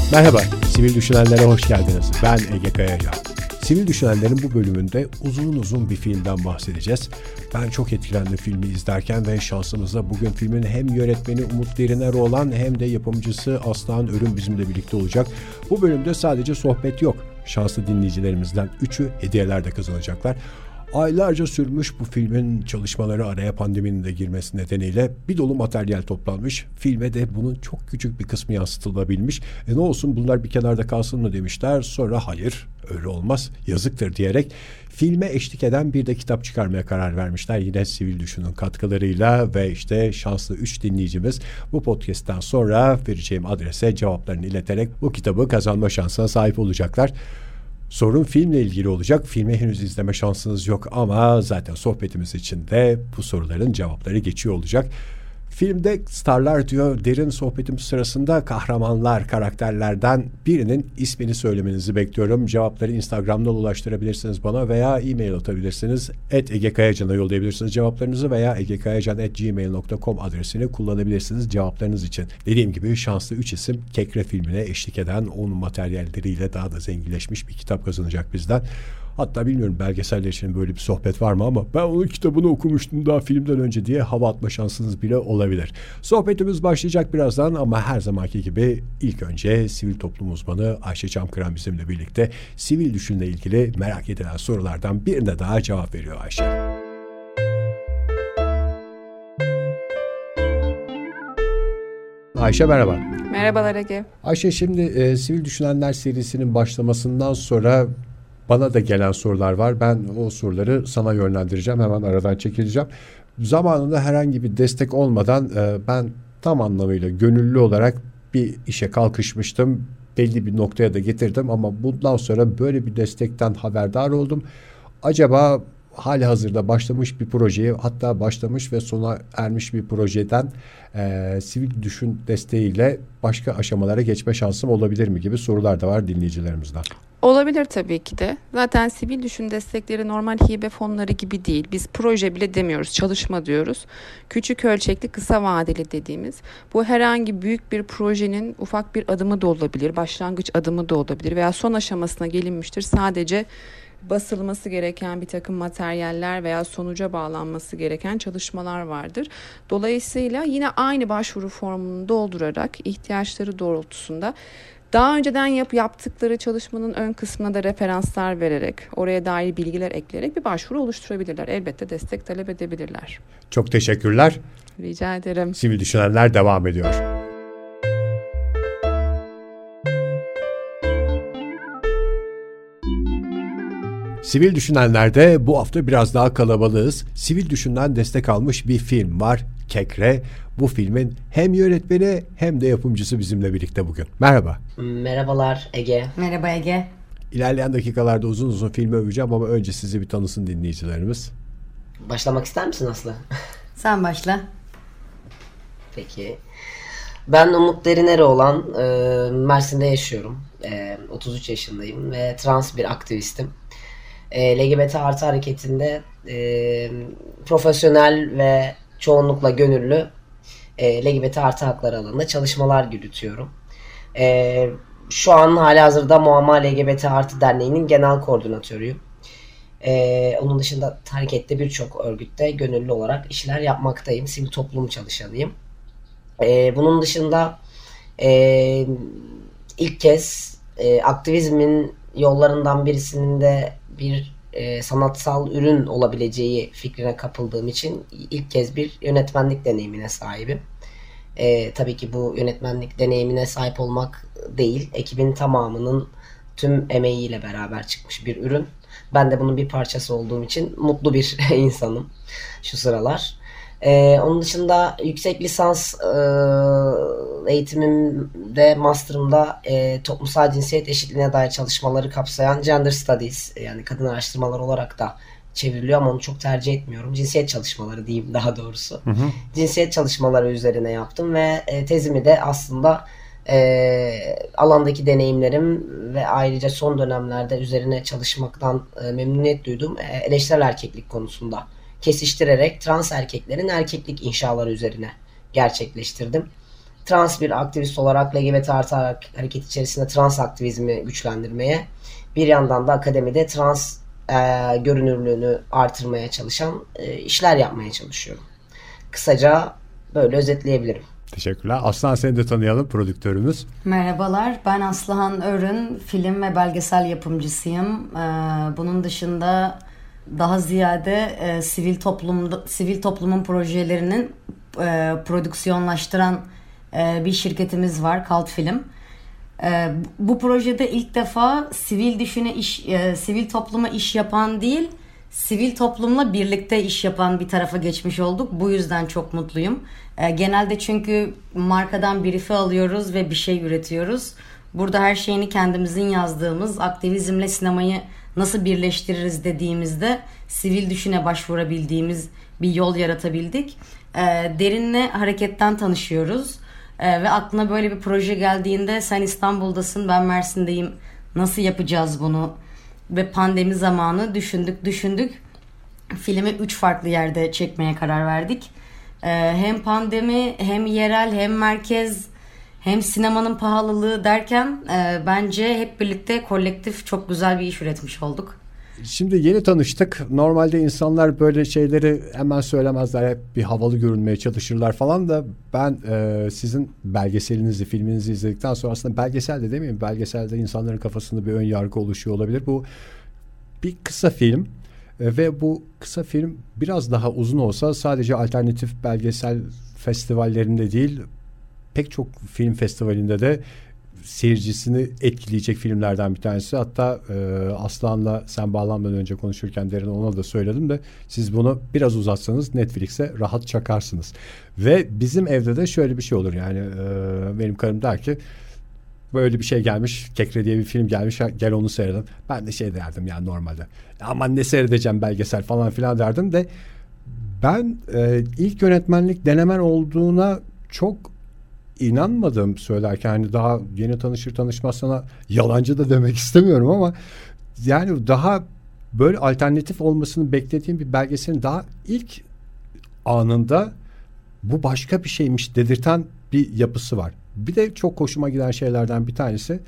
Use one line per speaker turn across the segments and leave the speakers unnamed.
Merhaba, Sivil Düşünenlere hoş geldiniz. Ben Ege Kayacan. Sivil Düşünenlerin bu bölümünde uzun bir filmden bahsedeceğiz. Ben çok etkilendim filmi izlerken ve şansımızla bugün filmin hem yönetmeni Umut Deriner'i olan hem de yapımcısı Aslıhan Örün bizimle birlikte olacak. Bu bölümde sadece sohbet yok. Şanslı dinleyicilerimizden 3'ü hediyeler de kazanacaklar. Aylarca sürmüş bu filmin çalışmaları araya pandeminin de girmesi nedeniyle bir dolu materyal toplanmış. Filme de bunun çok küçük bir kısmı yansıtılabilmiş. Ne olsun bunlar bir kenarda kalsın mı demişler. Sonra hayır öyle olmaz yazıktır diyerek filme eşlik eden bir de kitap çıkarmaya karar vermişler. Yine Sivil Düşün'ün katkılarıyla ve işte şanslı 3 dinleyicimiz bu podcast'ten sonra vereceğim adrese cevaplarını ileterek bu kitabı kazanma şansına sahip olacaklar. Sorun filmle ilgili olacak. Filmi henüz izleme şansınız yok ama zaten sohbetimiz için de bu soruların cevapları geçiyor olacak. Filmde starlar diyor, derin sohbetimiz sırasında kahramanlar, karakterlerden birinin ismini söylemenizi bekliyorum. Cevapları Instagram'dan ulaştırabilirsiniz bana veya e-mail atabilirsiniz. @egekayacan'a yollayabilirsiniz cevaplarınızı veya egekayacan@gmail.com adresini kullanabilirsiniz cevaplarınız için. Dediğim gibi şanslı 3 isim Kekre filmine eşlik eden onun materyalleriyle daha da zenginleşmiş bir kitap kazanacak bizden. Hatta bilmiyorum belgeseller için böyle bir sohbet var mı ama ben onun kitabını okumuştum daha filmden önce diye hava atma şansınız bile olabilir. Sohbetimiz başlayacak birazdan ama her zamanki gibi ilk önce sivil toplum uzmanı Ayşe Çamkıran bizimle birlikte sivil düşünle ilgili merak edilen sorulardan birine daha cevap veriyor Ayşe. Ayşe merhaba.
Merhabalar Ege.
Ayşe şimdi Sivil Düşünenler serisinin başlamasından sonra bana da gelen sorular var. Ben o soruları sana yönlendireceğim. Hemen aradan çekileceğim. Zamanında herhangi bir destek olmadan ben tam anlamıyla gönüllü olarak bir işe kalkışmıştım. Belli bir noktaya da getirdim ama bundan sonra böyle bir destekten haberdar oldum. Acaba hali hazırda başlamış bir projeyi, hatta başlamış ve sona ermiş bir projeden sivil düşün desteğiyle başka aşamalara geçme şansım olabilir mi gibi sorular da var dinleyicilerimizden.
Olabilir tabii ki de. Zaten sivil düşün destekleri normal hibe fonları gibi değil. Biz proje bile demiyoruz, çalışma diyoruz. Küçük ölçekli, kısa vadeli dediğimiz. Bu herhangi büyük bir projenin ufak bir adımı da olabilir, başlangıç adımı da olabilir veya son aşamasına gelinmiştir. Sadece basılması gereken bir takım materyaller veya sonuca bağlanması gereken çalışmalar vardır. Dolayısıyla yine aynı başvuru formunu doldurarak ihtiyaçları doğrultusunda daha önceden yaptıkları çalışmanın ön kısmına da referanslar vererek, oraya dair bilgiler ekleyerek bir başvuru oluşturabilirler. Elbette destek talep edebilirler.
Çok teşekkürler.
Rica ederim.
Sivil Düşünenler devam ediyor. Sivil Düşünenler'de bu hafta biraz daha kalabalığız. Sivil Düşün'den destek almış bir film var, Kekre. Bu filmin hem yönetmeni hem de yapımcısı bizimle birlikte bugün. Merhaba.
Merhabalar Ege.
Merhaba Ege.
İlerleyen dakikalarda uzun filmi öveceğim ama önce sizi bir tanısın dinleyicilerimiz.
Başlamak ister misin Aslı?
Sen başla.
Peki. Ben Umut Deriner'i olan Mersin'de yaşıyorum. 33 yaşındayım ve trans bir aktivistim. LGBT artı hareketinde profesyonel ve çoğunlukla gönüllü LGBT artı hakları alanında çalışmalar yürütüyorum. Şu an halihazırda Muamma LGBT artı Derneği'nin genel koordinatörüyüm. Onun dışında harekette birçok örgütte gönüllü olarak işler yapmaktayım. Sivil toplum çalışanıyım. Bunun dışında ilk kez aktivizmin yollarından birisinin de bir sanatsal ürün olabileceği fikrine kapıldığım için ilk kez bir yönetmenlik deneyimine sahibim. Tabii ki bu yönetmenlik deneyimine sahip olmak değil, ekibin tamamının tüm emeğiyle beraber çıkmış bir ürün. Ben de bunun bir parçası olduğum için mutlu bir insanım şu sıralar. Onun dışında yüksek lisans eğitimimde, master'ımda toplumsal cinsiyet eşitliğine dair çalışmaları kapsayan Gender Studies, yani kadın araştırmaları olarak da çevriliyor ama onu çok tercih etmiyorum. Cinsiyet çalışmaları diyeyim daha doğrusu. Hı hı. Cinsiyet çalışmaları üzerine yaptım ve tezimi de aslında alandaki deneyimlerim ve ayrıca son dönemlerde üzerine çalışmaktan memnuniyet duydum. Eleştirel erkeklik konusunda kesiştirerek trans erkeklerin erkeklik inşaları üzerine gerçekleştirdim. trans bir aktivist olarak LGBT artı hareket içerisinde trans aktivizmi güçlendirmeye, bir yandan da akademide trans görünürlüğünü artırmaya çalışan işler yapmaya çalışıyorum. Kısaca böyle özetleyebilirim.
Teşekkürler. Aslan, seni de tanıyalım, prodüktörümüz.
Merhabalar, ben Aslıhan Örün, film ve belgesel yapımcısıyım. Bunun dışında daha ziyade sivil toplumun projelerini prodüksiyonlaştıran bir şirketimiz var, Kalt Film. Bu projede ilk defa sivil topluma iş yapan değil, sivil toplumla birlikte iş yapan bir tarafa geçmiş olduk. Bu yüzden çok mutluyum. Genelde çünkü markadan brief'i alıyoruz ve bir şey üretiyoruz. Burada her şeyini kendimizin yazdığımız, aktivizmle sinemayı nasıl birleştiririz dediğimizde sivil düşüne başvurabildiğimiz bir yol yaratabildik. Derin'le hareketten tanışıyoruz. Ve aklına böyle bir proje geldiğinde sen İstanbul'dasın, ben Mersin'deyim, nasıl yapacağız bunu? Ve pandemi zamanı düşündük. Filmi 3 farklı yerde çekmeye karar verdik. Hem pandemi, hem yerel, hem merkez, hem sinemanın pahalılığı derken bence hep birlikte kolektif çok güzel bir iş üretmiş olduk.
Şimdi yeni tanıştık. Normalde insanlar böyle şeyleri hemen söylemezler. Hep bir havalı görünmeye çalışırlar falan da ben sizin belgeselinizi, filminizi izledikten sonra aslında belgesel de demeyeyim. Belgeselde insanların kafasında bir ön yargı oluşuyor olabilir. Bu bir kısa film ve bu kısa film biraz daha uzun olsa sadece alternatif belgesel festivallerinde değil, pek çok film festivalinde de seyircisini etkileyecek filmlerden bir tanesi. Hatta Aslan'la sen bağlanmadan önce konuşurken Derin ona da söyledim de siz bunu biraz uzatsanız Netflix'e rahat çakarsınız. Ve bizim evde de şöyle bir şey olur yani benim karım der ki böyle bir şey gelmiş, Kekre diye bir film gelmiş, gel onu seyredin. Ben de şey derdim yani normalde. Aman ne seyredeceğim belgesel falan filan derdim de ben ilk yönetmenlik denemen olduğuna çok inanmadım söylerken, hani daha yeni tanışır tanışmaz sana yalancı da demek istemiyorum ama yani daha böyle alternatif olmasını beklediğim bir belgeselin daha ilk anında bu başka bir şeymiş dedirten bir yapısı var. Bir de çok hoşuma giden şeylerden bir tanesi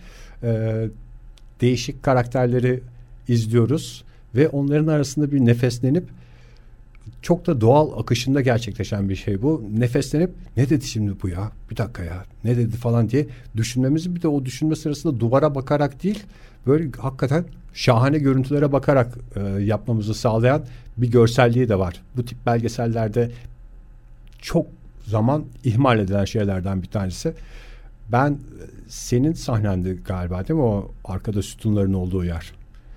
değişik karakterleri izliyoruz ve onların arasında bir nefeslenip çok da doğal akışında gerçekleşen bir şey bu. Nefeslenip ne dedi şimdi bu ya? Bir dakika ya ne dedi falan diye düşünmemizi, bir de o düşünme sırasında duvara bakarak değil böyle hakikaten şahane görüntülere bakarak yapmamızı sağlayan bir görselliği de var. Bu tip belgesellerde çok zaman ihmal edilen şeylerden bir tanesi. Ben senin sahnendi galiba değil mi o arkada sütunların olduğu yer?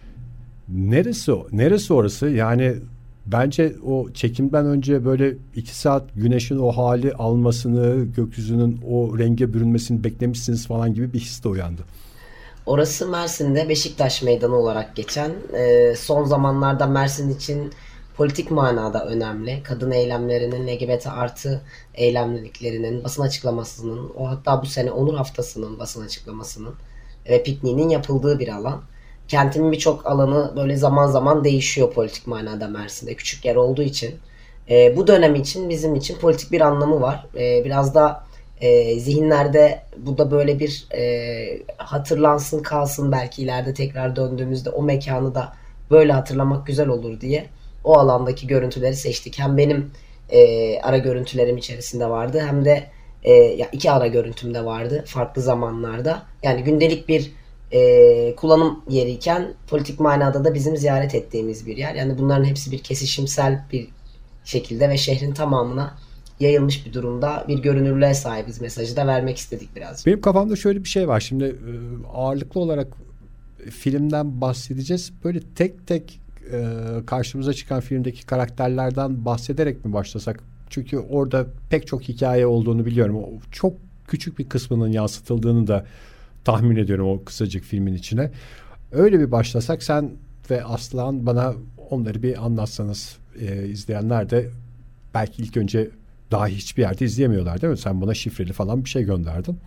Neresi orası? Yani bence o çekimden önce böyle 2 saat güneşin o hali almasını, gökyüzünün o renge bürünmesini beklemişsiniz falan gibi bir his de uyandı.
Orası Mersin'de Beşiktaş Meydanı olarak geçen, son zamanlarda Mersin için politik manada önemli. Kadın eylemlerinin, LGBT artı eylemliliklerinin basın açıklamasının, o hatta bu sene Onur Haftası'nın basın açıklamasının ve pikniğinin yapıldığı bir alan. Kentin birçok alanı böyle zaman zaman değişiyor politik manada Mersin'de. Küçük yer olduğu için. Bu dönem için bizim için politik bir anlamı var. Biraz da zihinlerde bu da böyle bir hatırlansın kalsın, belki ileride tekrar döndüğümüzde o mekanı da böyle hatırlamak güzel olur diye o alandaki görüntüleri seçtik. Hem benim ara görüntülerim içerisinde vardı hem de 2 ara görüntüm de vardı farklı zamanlarda. Yani gündelik bir kullanım yeriyken politik manada da bizim ziyaret ettiğimiz bir yer. Yani bunların hepsi bir kesişimsel bir şekilde ve şehrin tamamına yayılmış bir durumda bir görünürlüğe sahibiz mesajı da vermek istedik birazcık.
Benim kafamda şöyle bir şey var. Şimdi ağırlıklı olarak filmden bahsedeceğiz. Böyle tek tek karşımıza çıkan filmdeki karakterlerden bahsederek mi başlasak? Çünkü orada pek çok hikaye olduğunu biliyorum. O çok küçük bir kısmının yansıtıldığını da tahmin ediyorum o kısacık filmin içine. Öyle bir başlasak, sen ve Aslan bana onları bir anlatsanız, izleyenler de belki ilk önce daha hiçbir yerde izleyemiyorlar değil mi? Sen bana şifreli falan bir şey gönderdin.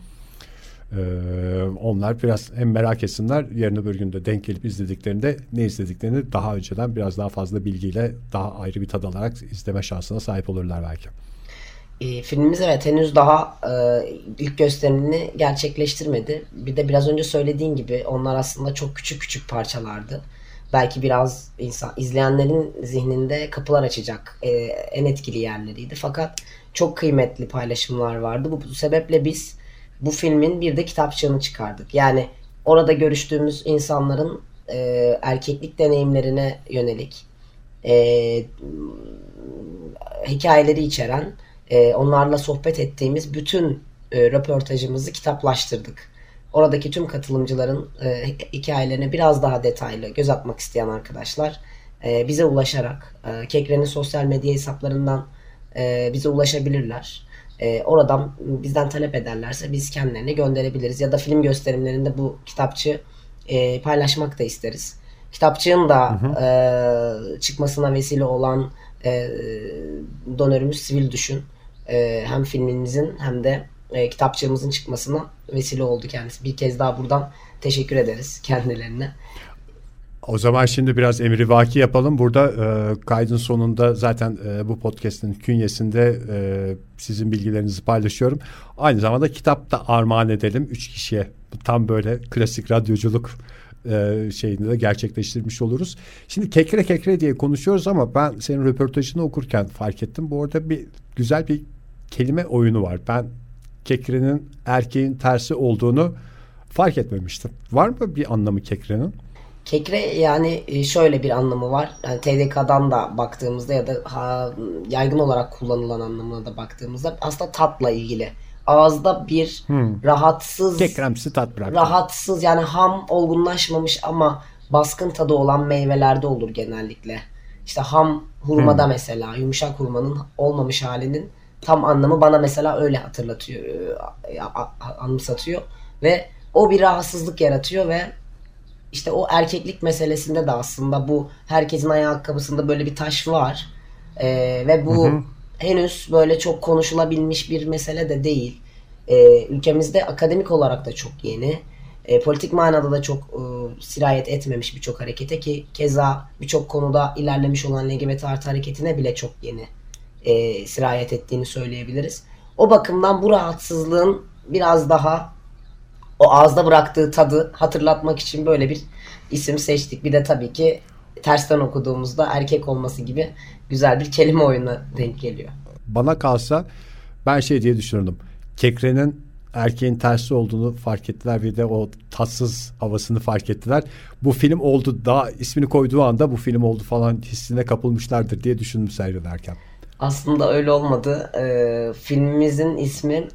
Onlar biraz hem merak etsinler, yarın öbür gün de denk gelip izlediklerinde ne izlediklerini daha önceden biraz daha fazla bilgiyle daha ayrı bir tad alarak izleme şansına sahip olurlar belki.
Filmimiz evet henüz daha ilk gösterimini gerçekleştirmedi. Bir de biraz önce söylediğin gibi onlar aslında çok küçük küçük parçalardı. Belki biraz izleyenlerin zihninde kapılar açacak en etkili yerleriydi. Fakat çok kıymetli paylaşımlar vardı. Bu sebeple biz bu filmin bir de kitapçığını çıkardık. Yani orada görüştüğümüz insanların erkeklik deneyimlerine yönelik hikayeleri içeren, onlarla sohbet ettiğimiz bütün röportajımızı kitaplaştırdık. Oradaki tüm katılımcıların hikayelerine biraz daha detaylı göz atmak isteyen arkadaşlar bize ulaşarak Kekre'nin sosyal medya hesaplarından bize ulaşabilirler. Oradan bizden talep ederlerse biz kendilerine gönderebiliriz. Ya da film gösterimlerinde bu kitapçığı paylaşmak da isteriz. Kitapçığın da çıkmasına vesile olan donörümüz Sivil Düşün. Hem filmimizin hem de kitapçığımızın çıkmasına vesile oldu kendisi. Bir kez daha buradan teşekkür ederiz kendilerine.
O zaman şimdi biraz emrivaki yapalım. Burada kaydın sonunda zaten bu podcast'in künyesinde sizin bilgilerinizi paylaşıyorum. Aynı zamanda kitap da armağan edelim 3 kişiye. Tam böyle klasik radyoculuk şeyini de gerçekleştirmiş oluruz. Şimdi kekre kekre diye konuşuyoruz ama ben senin röportajını okurken fark ettim. Bu arada güzel bir kelime oyunu var. Ben kekrenin erkeğin tersi olduğunu fark etmemiştim. Var mı bir anlamı kekrenin?
Kekre yani şöyle bir anlamı var. Yani TDK'dan da baktığımızda ya da yaygın olarak kullanılan anlamına da baktığımızda aslında tatla ilgili. Ağızda bir rahatsız,
kekremsi tat bırakıyor.
Rahatsız yani ham, olgunlaşmamış ama baskın tadı olan meyvelerde olur genellikle. İşte ham hurmada mesela yumuşak hurmanın olmamış halinin tam anlamı bana mesela öyle hatırlatıyor, anımsatıyor ve o bir rahatsızlık yaratıyor ve işte o erkeklik meselesinde de aslında bu herkesin ayakkabısında böyle bir taş var ve bu henüz böyle çok konuşulabilmiş bir mesele de değil. Ülkemizde akademik olarak da çok yeni. Politik manada da çok sirayet etmemiş birçok harekete ki keza birçok konuda ilerlemiş olan LGBT artı hareketine bile çok yeni sirayet ettiğini söyleyebiliriz. O bakımdan bu rahatsızlığın biraz daha o ağızda bıraktığı tadı hatırlatmak için böyle bir isim seçtik. Bir de tabii ki tersten okuduğumuzda erkek olması gibi güzel bir kelime oyununa denk geliyor.
Bana kalsa ben şey diye düşünürdüm. Kekrenin erkeğin tersi olduğunu fark ettiler ve de o tatsız havasını fark ettiler. Bu film oldu, daha ismini koyduğu anda bu film oldu falan hissine kapılmışlardır diye düşündüm seyrederken.
Aslında öyle olmadı. Filmimizin ismi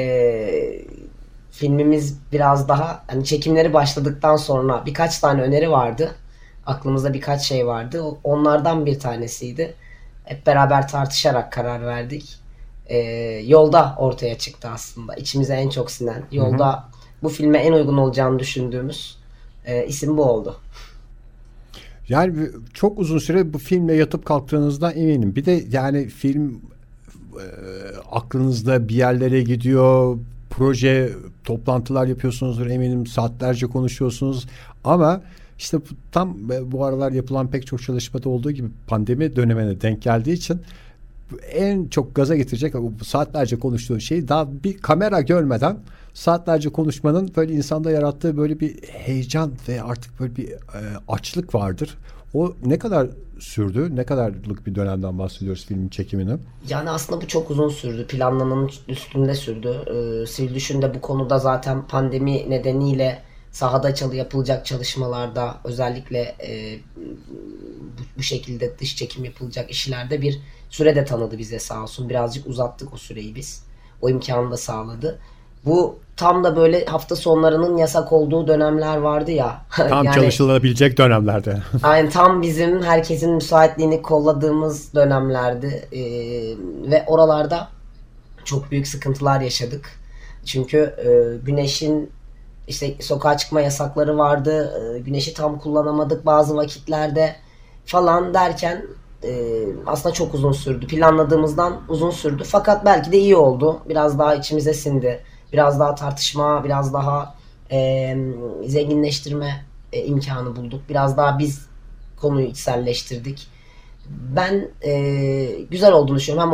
filmimiz biraz daha hani çekimleri başladıktan sonra birkaç tane öneri vardı. Aklımızda birkaç şey vardı. Onlardan bir tanesiydi. Hep beraber tartışarak karar verdik. Yolda ortaya çıktı aslında. İçimize en çok sinen, yolda bu filme en uygun olacağını düşündüğümüz isim bu oldu.
Yani çok uzun süre bu filmle yatıp kalktığınızdan eminim. Bir de yani film aklınızda bir yerlere gidiyor. Proje, toplantılar yapıyorsunuzdur eminim. Saatlerce konuşuyorsunuz. Ama işte tam bu aralar yapılan pek çok çalışmada olduğu gibi pandemi dönemine denk geldiği için en çok gaza getirecek saatlerce konuştuğu şey daha bir kamera görmeden saatlerce konuşmanın böyle insanda yarattığı böyle bir heyecan ve artık böyle bir açlık vardır. O ne kadar sürdü? Ne kadarlık bir dönemden bahsediyoruz filmin çekimini?
Yani aslında bu çok uzun sürdü. Planlananın üstünde sürdü. Sivil Düşün de bu konuda zaten pandemi nedeniyle sahada yapılacak çalışmalarda özellikle bu şekilde dış çekim yapılacak işlerde bir süre de tanıdı bize sağ olsun. Birazcık uzattık o süreyi biz. O imkanı da sağladı. Bu tam da böyle hafta sonlarının yasak olduğu dönemler vardı ya.
Tam yani, çalışılabilecek dönemlerde.
Aynen tam bizim herkesin müsaitliğini kolladığımız dönemlerdi. Ve oralarda çok büyük sıkıntılar yaşadık. Çünkü güneşin işte sokağa çıkma yasakları vardı. Güneşi tam kullanamadık bazı vakitlerde falan derken aslında çok uzun sürdü. Planladığımızdan uzun sürdü. Fakat belki de iyi oldu. Biraz daha içimize sindi. Biraz daha tartışma, biraz daha zenginleştirme imkanı bulduk. Biraz daha biz konuyu içselleştirdik. Ben güzel olduğunu düşünüyorum. Hem o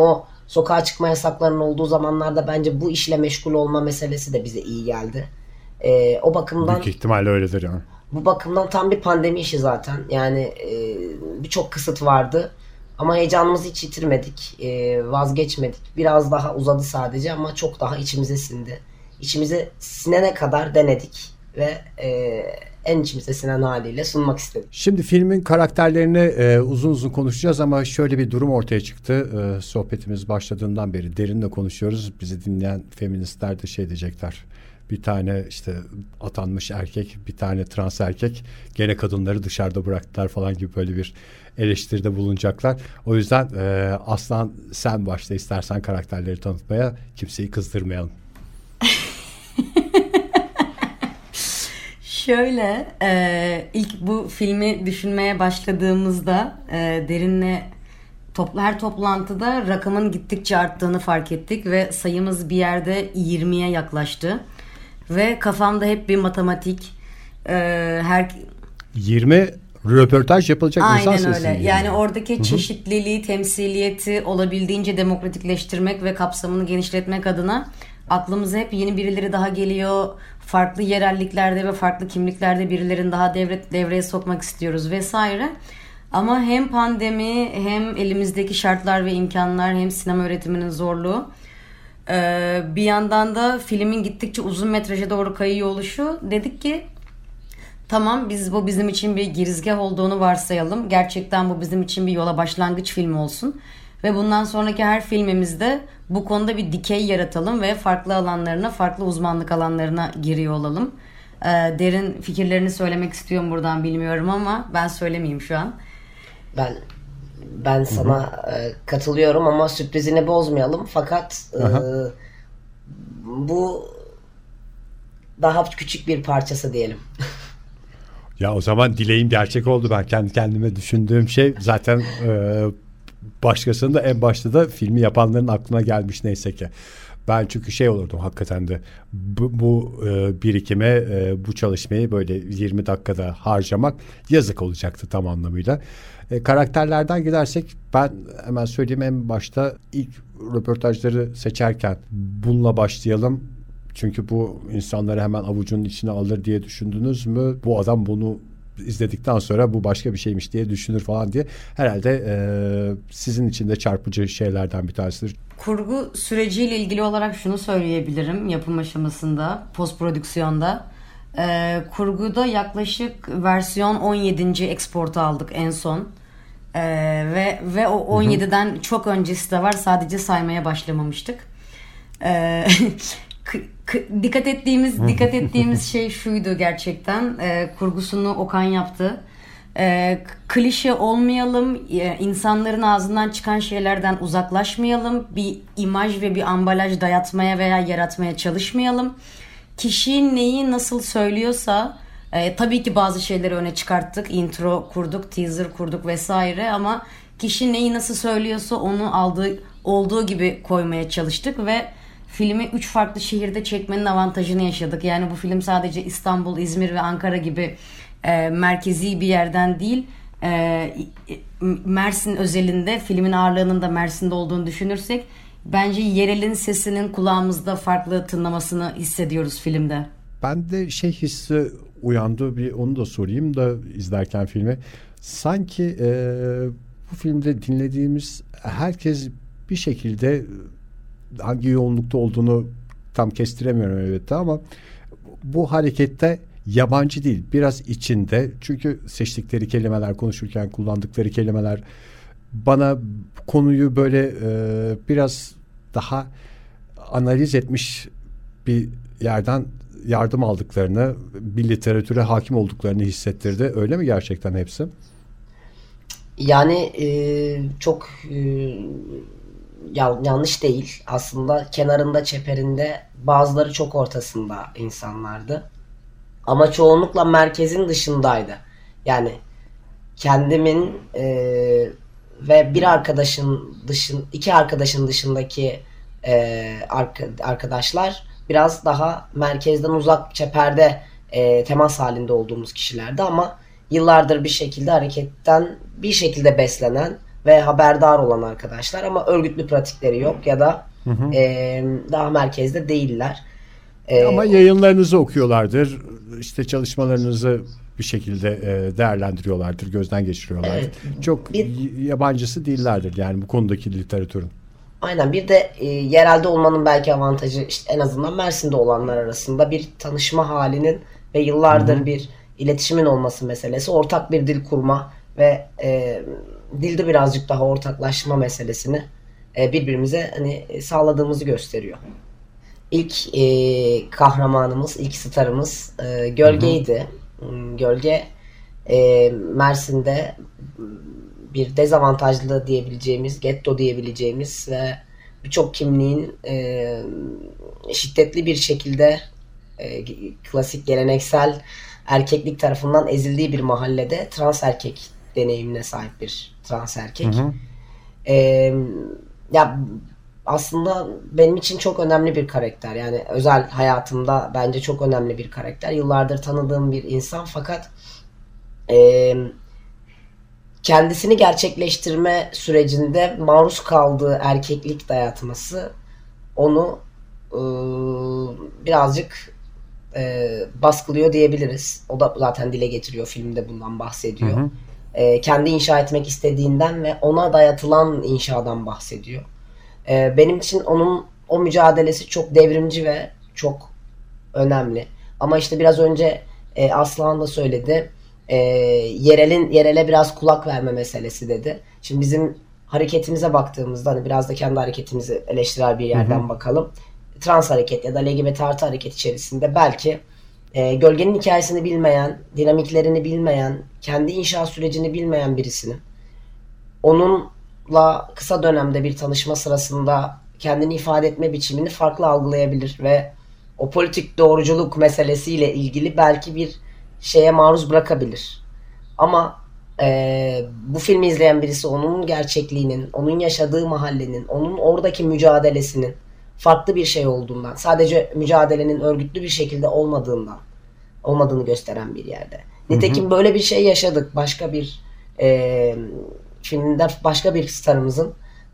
sokağa çıkma yasaklarının olduğu zamanlarda bence bu işle meşgul olma meselesi de bize iyi geldi. O bakımdan
büyük ihtimalle öyledir yani.
Bu bakımdan tam bir pandemi işi zaten. Yani birçok kısıt vardı. Ama heyecanımızı hiç yitirmedik. Vazgeçmedik. Biraz daha uzadı sadece ama çok daha içimize sindi. İçimize sinene kadar denedik. Ve en içimize sinen haliyle sunmak istedik.
Şimdi filmin karakterlerini uzun uzun konuşacağız ama şöyle bir durum ortaya çıktı. Sohbetimiz başladığından beri derinle konuşuyoruz. Bizi dinleyen feministler de şey diyecekler. Bir tane işte atanmış erkek, bir tane trans erkek, gene kadınları dışarıda bıraktılar falan gibi böyle bir eleştiride bulunacaklar. O yüzden Aslan sen başla istersen karakterleri tanıtmaya, kimseyi kızdırmayalım.
Şöyle ilk bu filmi düşünmeye başladığımızda Derin'le her toplantıda rakamın gittikçe arttığını fark ettik ve sayımız bir yerde 20'ye yaklaştı. Ve kafamda hep bir matematik
20 röportaj yapılacak insan
sesi.
Aynen öyle.
Yani oradaki çeşitliliği, temsiliyeti olabildiğince demokratikleştirmek ve kapsamını genişletmek adına aklımıza hep yeni birileri daha geliyor. Farklı yerelliklerde ve farklı kimliklerde birilerini daha devreye sokmak istiyoruz vesaire. Ama hem pandemi hem elimizdeki şartlar ve imkanlar hem sinema üretiminin zorluğu bir yandan da filmin gittikçe uzun metraja doğru kayıyor oluşu, dedik ki tamam bu bizim için bir girizgah olduğunu varsayalım. Gerçekten bu bizim için bir yola başlangıç filmi olsun. Ve bundan sonraki her filmimizde bu konuda bir dikey yaratalım ve farklı alanlarına, farklı uzmanlık alanlarına giriyor olalım. Derin fikirlerini söylemek istiyorum buradan, bilmiyorum ama ben söylemeyeyim şu an.
Ben sana katılıyorum ama sürprizini bozmayalım. Fakat bu daha küçük bir parçası diyelim.
Ya o zaman dileğim gerçek oldu. Ben kendi kendime düşündüğüm şey zaten başkasının da en başta da filmi yapanların aklına gelmiş neyse ki. Ben çünkü şey olurdum hakikaten de bu birikime, bu çalışmayı böyle 20 dakikada harcamak yazık olacaktı tam anlamıyla. Karakterlerden gidersek ben hemen söyleyeyim, en başta ilk röportajları seçerken bununla başlayalım. Çünkü bu insanları hemen avucunun içine alır diye düşündünüz mü? Bu adam bunu izledikten sonra bu başka bir şeymiş diye düşünür falan diye. Herhalde sizin için de çarpıcı şeylerden bir tanesidir.
Kurgu süreciyle ilgili olarak şunu söyleyebilirim yapım aşamasında, post prodüksiyonda. Kurguda yaklaşık versiyon 17. export'u aldık en son. Ve o 17'den çok öncesi de var. Sadece saymaya başlamamıştık. Dikkat ettiğimiz şey şuydu gerçekten. Kurgusunu Okan yaptı. Klişe olmayalım, insanların ağzından çıkan şeylerden uzaklaşmayalım, bir imaj ve bir ambalaj dayatmaya veya yaratmaya çalışmayalım. Kişi neyi nasıl söylüyorsa, tabii ki bazı şeyleri öne çıkarttık, intro kurduk, teaser kurduk vesaire, ama kişi neyi nasıl söylüyorsa onu olduğu gibi koymaya çalıştık ve filmi 3 farklı şehirde çekmenin avantajını yaşadık. Yani bu film sadece İstanbul, İzmir ve Ankara gibi merkezi bir yerden değil, Mersin özelinde, filmin ağırlığının da Mersin'de olduğunu düşünürsek bence yerelin sesinin kulağımızda farklı tınlamasını hissediyoruz filmde.
Ben de hissi uyandı, bir onu da sorayım da izlerken filmi. Sanki bu filmde dinlediğimiz herkes bir şekilde, hangi yoğunlukta olduğunu tam kestiremiyorum elbette ama bu harekette yabancı değil, biraz içinde. Çünkü seçtikleri kelimeler, konuşurken kullandıkları kelimeler bana konuyu böyle biraz daha analiz etmiş bir yerden yardım aldıklarını, bir literatüre hakim olduklarını hissettirdi. Öyle mi gerçekten hepsi?
Yani çok yanlış değil. Aslında kenarında, çeperinde, bazıları çok ortasında insanlardı. Ama çoğunlukla merkezin dışındaydı. Yani kendimin ve iki arkadaşın dışındaki arkadaşlar biraz daha merkezden uzak, çeperde temas halinde olduğumuz kişilerdi ama yıllardır bir şekilde hareketten bir şekilde beslenen, ve haberdar olan arkadaşlar ama örgütlü pratikleri yok ya da daha merkezde değiller.
Ama yayınlarınızı okuyorlardır, işte çalışmalarınızı bir şekilde değerlendiriyorlardır, gözden geçiriyorlardır. Evet, çok yabancısı değillerdir yani bu konudaki literatürün.
Aynen, bir de yerelde olmanın belki avantajı, işte en azından Mersin'de olanlar arasında bir tanışma halinin ve yıllardır bir iletişimin olması meselesi, ortak bir dil kurma ve dilde birazcık daha ortaklaşma meselesini birbirimize hani sağladığımızı gösteriyor. İlk kahramanımız, ilk starımız Gölge'ydi. Gölge Mersin'de bir dezavantajlı diyebileceğimiz, getto diyebileceğimiz ve birçok kimliğin şiddetli bir şekilde klasik geleneksel erkeklik tarafından ezildiği bir mahallede trans erkek deneyimine sahip bir trans erkek. Ya aslında benim için çok önemli bir karakter. Yani özel hayatımda bence çok önemli bir karakter. Yıllardır tanıdığım bir insan fakat kendisini gerçekleştirme sürecinde maruz kaldığı erkeklik dayatması onu birazcık baskılıyor diyebiliriz. O da zaten dile getiriyor, filmde bundan bahsediyor. Kendi inşa etmek istediğinden ve ona dayatılan inşadan bahsediyor. Benim için onun o mücadelesi çok devrimci ve çok önemli. Ama işte biraz önce Aslan da söyledi. Yerele biraz kulak verme meselesi dedi. Şimdi bizim hareketimize baktığımızda hani biraz da kendi hareketimizi eleştirel bir yerden bakalım. Trans hareket ya da LGBT artı hareket içerisinde belki Gölge'nin hikayesini bilmeyen, dinamiklerini bilmeyen, kendi inşa sürecini bilmeyen birisinin onunla kısa dönemde bir tanışma sırasında kendini ifade etme biçimini farklı algılayabilir ve o politik doğruculuk meselesiyle ilgili belki bir şeye maruz bırakabilir. Ama bu filmi izleyen birisi onun gerçekliğinin, onun yaşadığı mahallenin, onun oradaki mücadelesinin farklı bir şey olduğundan, sadece mücadelenin örgütlü bir şekilde olmadığını gösteren bir yerde. Nitekim böyle bir şey yaşadık. Başka bir filmde başka bir starımızın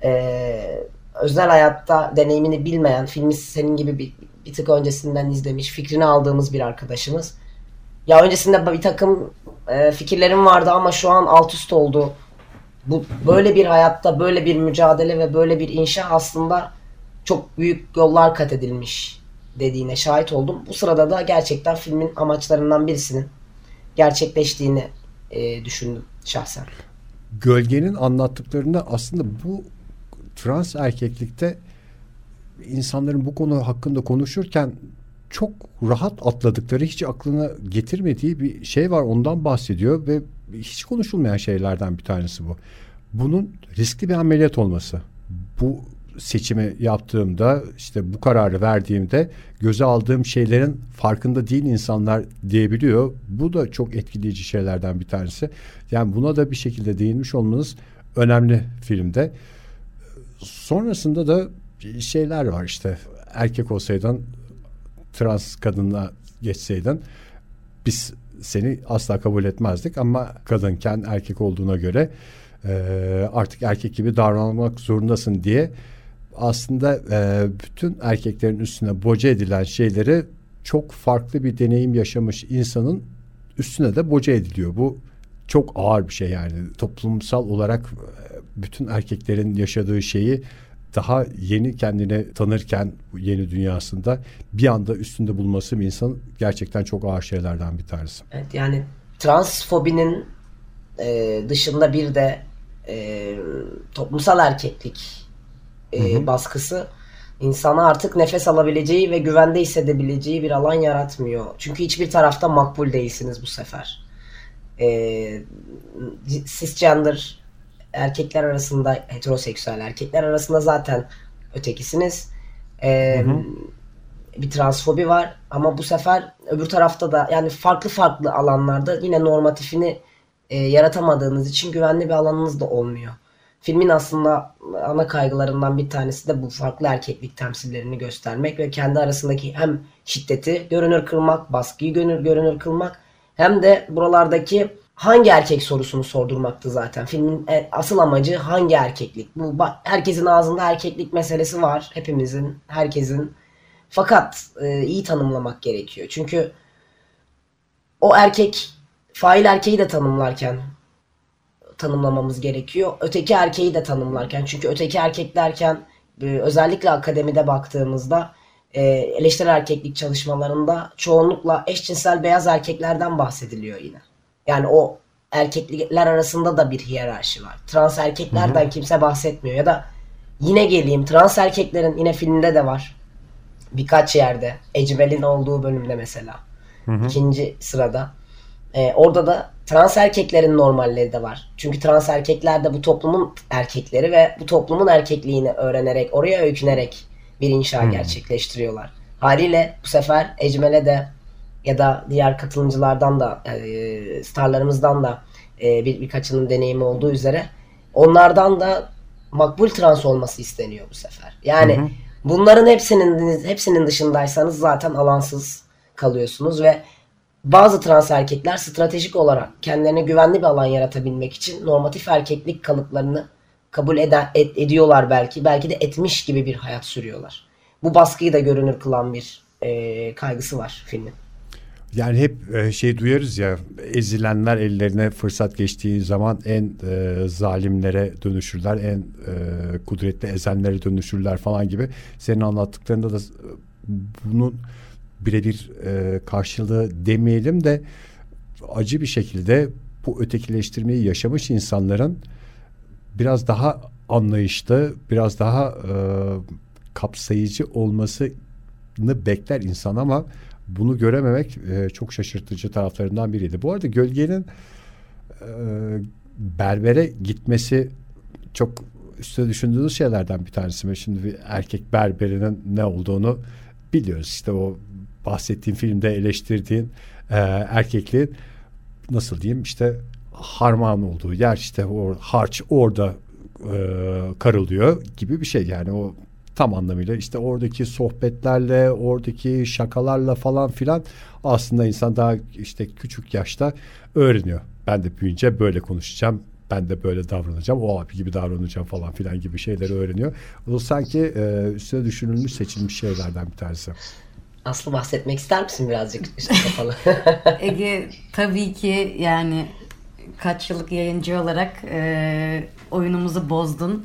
özel hayatta deneyimini bilmeyen, filmi senin gibi bir tık öncesinden izlemiş, fikrini aldığımız bir arkadaşımız. Ya öncesinde bir takım fikirlerim vardı ama şu an alt üst oldu. Böyle bir hayatta, böyle bir mücadele ve böyle bir inşa aslında çok büyük yollar kat edilmiş dediğine şahit oldum. Bu sırada da gerçekten filmin amaçlarından birisinin gerçekleştiğini düşündüm şahsen.
Gölge'nin anlattıklarında aslında bu trans erkeklikte insanların bu konu hakkında konuşurken çok rahat atladıkları, hiç aklına getirmediği bir şey var, ondan bahsediyor ve hiç konuşulmayan şeylerden bir tanesi bu. Bunun riskli bir ameliyat olması. Bu seçimi yaptığımda, işte bu kararı verdiğimde göze aldığım şeylerin farkında değil insanlar diyebiliyor. Bu da çok etkileyici şeylerden bir tanesi. Yani buna da bir şekilde değinmiş olmanız önemli filmde. Sonrasında da şeyler var, işte erkek olsaydın, trans kadınla geçseydin biz seni asla kabul etmezdik ama kadınken erkek olduğuna göre artık erkek gibi davranmak zorundasın diye aslında bütün erkeklerin üstüne boca edilen şeyleri çok farklı bir deneyim yaşamış insanın üstüne de boca ediliyor. Bu çok ağır bir şey yani. Toplumsal olarak bütün erkeklerin yaşadığı şeyi daha yeni kendini tanırken bu yeni dünyasında bir anda üstünde bulması bir insan gerçekten çok ağır şeylerden bir tanesi.
Evet, yani transfobinin dışında bir de toplumsal erkeklik baskısı insana artık nefes alabileceği ve güvende hissedebileceği bir alan yaratmıyor. Çünkü hiçbir tarafta makbul değilsiniz bu sefer. Cisgender erkekler arasında, heteroseksüel erkekler arasında zaten ötekisiniz. Bir transfobi var ama bu sefer öbür tarafta da, yani farklı alanlarda yine normatifini yaratamadığınız için güvenli bir alanınız da olmuyor. Filmin aslında ana kaygılarından bir tanesi de bu farklı erkeklik temsillerini göstermek ve kendi arasındaki hem şiddeti görünür kılmak, baskıyı görünür kılmak, hem de buralardaki hangi erkek sorusunu sordurmaktı zaten. Filmin asıl amacı hangi erkeklik? Bu herkesin ağzında erkeklik meselesi var. Hepimizin, herkesin. Fakat iyi tanımlamak gerekiyor. Çünkü o fail erkeği de tanımlamamız gerekiyor. Öteki erkeği de tanımlarken. Çünkü öteki erkek derken özellikle akademide baktığımızda eleştirel erkeklik çalışmalarında çoğunlukla eşcinsel beyaz erkeklerden bahsediliyor yine. Yani o erkekler arasında da bir hiyerarşi var. Trans erkeklerden kimse bahsetmiyor. Ya da yine geleyim, trans erkeklerin yine filmde de var. Birkaç yerde. Ecmel'in olduğu bölümde mesela. İkinci sırada. Orada da trans erkeklerin normalleri de var. Çünkü trans erkekler de bu toplumun erkekleri ve bu toplumun erkekliğini öğrenerek, oraya öykünerek bir inşa gerçekleştiriyorlar. Haliyle bu sefer Ecmel'e de ya da diğer katılımcılardan da starlarımızdan da birkaçının deneyimi olduğu üzere onlardan da makbul trans olması isteniyor bu sefer. Yani bunların hepsinin dışındaysanız zaten alansız kalıyorsunuz ve bazı trans erkekler stratejik olarak kendilerine güvenli bir alan yaratabilmek için normatif erkeklik kalıplarını kabul ediyorlar belki. Belki de etmiş gibi bir hayat sürüyorlar. Bu baskıyı da görünür kılan bir kaygısı var filmin.
Yani hep duyarız ya, ezilenler ellerine fırsat geçtiği zaman en zalimlere dönüşürler, en kudretli ezenlere dönüşürler falan gibi. Senin anlattıklarında da bunun birebir karşılığı demeyelim de acı bir şekilde bu ötekileştirmeyi yaşamış insanların biraz daha anlayışlı, biraz daha kapsayıcı olmasını bekler insan ama bunu görememek çok şaşırtıcı taraflarından biriydi. Bu arada Gölge'nin berbere gitmesi çok üstüne düşündüğünüz şeylerden bir tanesi mi? Şimdi bir erkek berberinin ne olduğunu biliyoruz. İşte o bahsettiğim filmde eleştirdiğin erkekliğin nasıl diyeyim, işte harman olduğu yer, işte o harç orada karılıyor gibi bir şey. Yani o tam anlamıyla işte oradaki sohbetlerle, oradaki şakalarla falan filan aslında insan daha işte küçük yaşta öğreniyor. Ben de büyüyünce böyle konuşacağım, ben de böyle davranacağım, o abi gibi davranacağım falan filan gibi şeyleri öğreniyor. O sanki üstüne düşünülmüş, seçilmiş şeylerden bir tanesi.
Aslı, bahsetmek ister misin birazcık üstü kapalı?
Ege, tabii ki yani kaç yıllık yayıncı olarak oyunumuzu bozdun.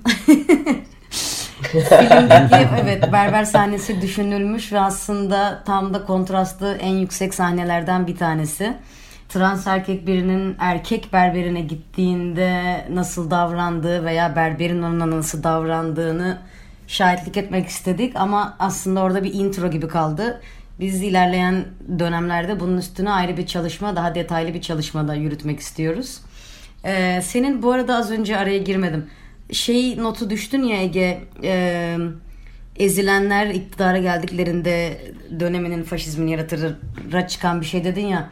Filmdeki evet berber sahnesi düşünülmüş ve aslında tam da kontrastlı en yüksek sahnelerden bir tanesi. Trans erkek birinin erkek berberine gittiğinde nasıl davrandığı veya berberin ona nasıl davrandığını şahitlik etmek istedik ama aslında orada bir intro gibi kaldı. Biz ilerleyen dönemlerde bunun üstüne ayrı bir çalışma, daha detaylı bir çalışma da yürütmek istiyoruz. Senin bu arada az önce araya girmedim. Notu düştün ya Ege, ezilenler iktidara geldiklerinde döneminin faşizmini yaratıra çıkan bir şey dedin ya.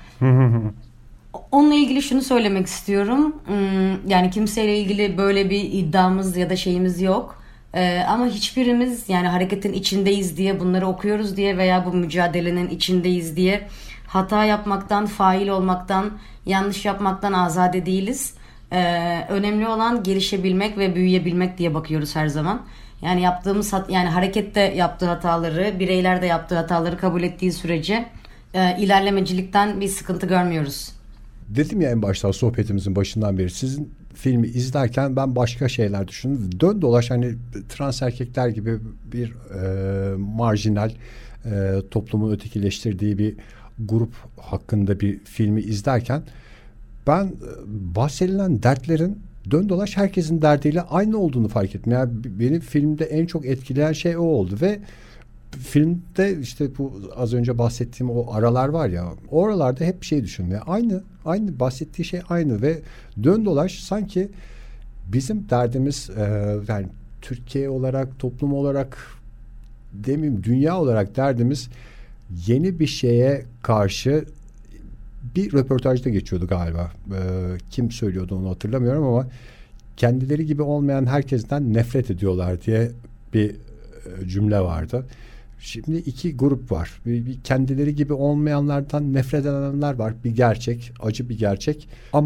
Onunla ilgili şunu söylemek istiyorum. Yani kimseyle ilgili böyle bir iddiamız ya da şeyimiz yok. Ama hiçbirimiz yani hareketin içindeyiz diye, bunları okuyoruz diye veya bu mücadelenin içindeyiz diye hata yapmaktan, fail olmaktan, yanlış yapmaktan azade değiliz. Önemli olan gelişebilmek ve büyüyebilmek diye bakıyoruz her zaman. Yani yaptığımız yani harekette yaptığı hataları, bireyler de yaptığı hataları kabul ettiği sürece ilerlemecilikten bir sıkıntı görmüyoruz.
Dedim ya en başta, sohbetimizin başından beri sizin filmi izlerken ben başka şeyler düşündüm. Dön dolaş hani trans erkekler gibi bir marjinal, toplumun ötekileştirdiği bir grup hakkında bir filmi izlerken ben bahsedilen dertlerin dön dolaş herkesin derdiyle aynı olduğunu fark ettim. Yani beni filmde en çok etkileyen şey o oldu ve filmde işte bu az önce bahsettiğim o aralar var ya, o aralarda hep bir şey düşündüm. Yani aynı bahsettiği şey aynı ve dön dolaş sanki bizim derdimiz yani Türkiye olarak, toplum olarak demeyeyim, dünya olarak derdimiz yeni bir şeye karşı. Bir röportajda geçiyordu galiba. Kim söylüyordu onu hatırlamıyorum ama kendileri gibi olmayan herkesten nefret ediyorlar diye bir cümle vardı. Şimdi iki grup var. Bir kendileri gibi olmayanlardan nefret edenler var. Bir gerçek, acı bir gerçek. Ama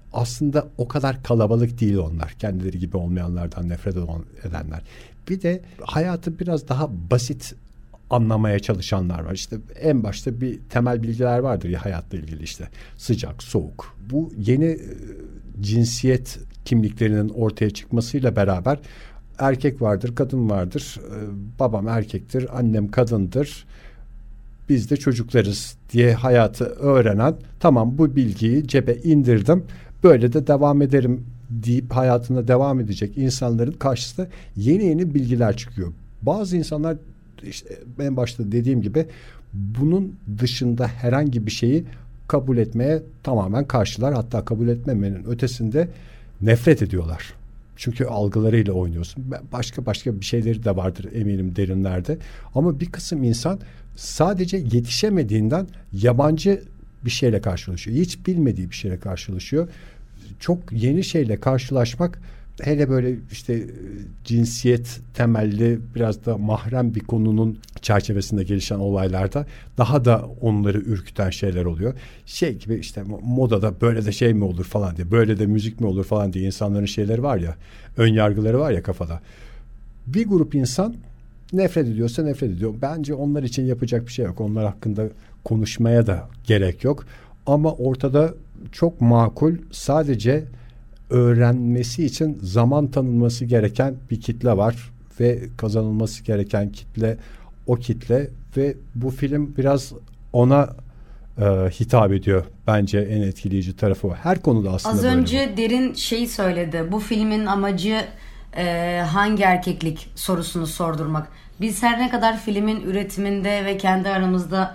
aslında o kadar kalabalık değil onlar. Kendileri gibi olmayanlardan nefret edenler. Bir de hayatı biraz daha basit anlamaya çalışanlar var. İşte en başta bir temel bilgiler vardır ya hayatla ilgili, işte sıcak, soğuk. Bu yeni cinsiyet kimliklerinin ortaya çıkmasıyla beraber erkek vardır, kadın vardır. Babam erkektir, annem kadındır. Biz de çocuklarız diye hayatı öğrenen, tamam bu bilgiyi cebe indirdim, böyle de devam ederim deyip hayatına devam edecek insanların karşısında yeni bilgiler çıkıyor. Bazı insanlar, işte en başta dediğim gibi, bunun dışında herhangi bir şeyi kabul etmeye tamamen karşılar. Hatta kabul etmemenin ötesinde nefret ediyorlar. Çünkü algılarıyla oynuyorsun. Başka bir şeyleri de vardır eminim derinlerde. Ama bir kısım insan sadece yetişemediğinden yabancı bir şeyle karşılaşıyor. Hiç bilmediği bir şeyle karşılaşıyor. Çok yeni şeyle karşılaşmak, hele böyle işte cinsiyet temelli biraz da mahrem bir konunun çerçevesinde gelişen olaylarda daha da onları ürküten şeyler oluyor. Şey gibi işte modada böyle de şey mi olur falan diye, böyle de müzik mi olur falan diye insanların şeyleri var ya, ön yargıları var ya kafada. Bir grup insan nefret ediyorsa nefret ediyor. Bence onlar için yapacak bir şey yok. Onlar hakkında konuşmaya da gerek yok. Ama ortada çok makul, sadece öğrenmesi için zaman tanınması gereken bir kitle var ve kazanılması gereken kitle o kitle ve bu film biraz ona hitap ediyor. Bence en etkileyici tarafı o. Her konuda aslında
az
böyle. Az
önce Derin şey söyledi. Bu filmin amacı hangi erkeklik sorusunu sordurmak. Biz her ne kadar filmin üretiminde ve kendi aramızda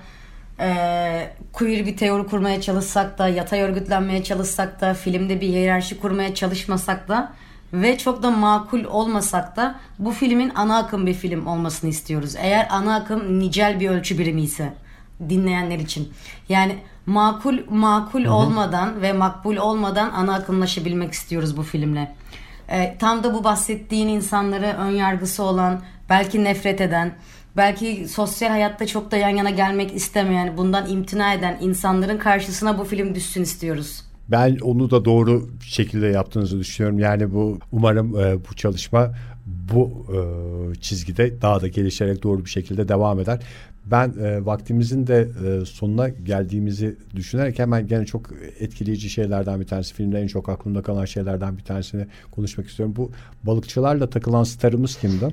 queer bir teori kurmaya çalışsak da, yatay örgütlenmeye çalışsak da, filmde bir hiyerarşi kurmaya çalışmasak da ve çok da makul olmasak da bu filmin ana akım bir film olmasını istiyoruz. Eğer ana akım nicel bir ölçü birimi ise dinleyenler için. Yani makul olmadan ve makbul olmadan ana akımlaşabilmek istiyoruz bu filmle. Tam da bu bahsettiğin insanları ön yargısı olan, belki nefret eden, belki sosyal hayatta çok da yan yana gelmek istemeyen, bundan imtina eden insanların karşısına bu film düşsün istiyoruz.
Ben onu da doğru şekilde yaptığınızı düşünüyorum. Yani bu, umarım bu çalışma bu çizgide daha da gelişerek doğru bir şekilde devam eder. Ben vaktimizin de sonuna geldiğimizi düşünerek hemen gene çok etkileyici şeylerden bir tanesi, filmde en çok aklımda kalan şeylerden bir tanesini konuşmak istiyorum. Bu balıkçılarla takılan starımız kimdi?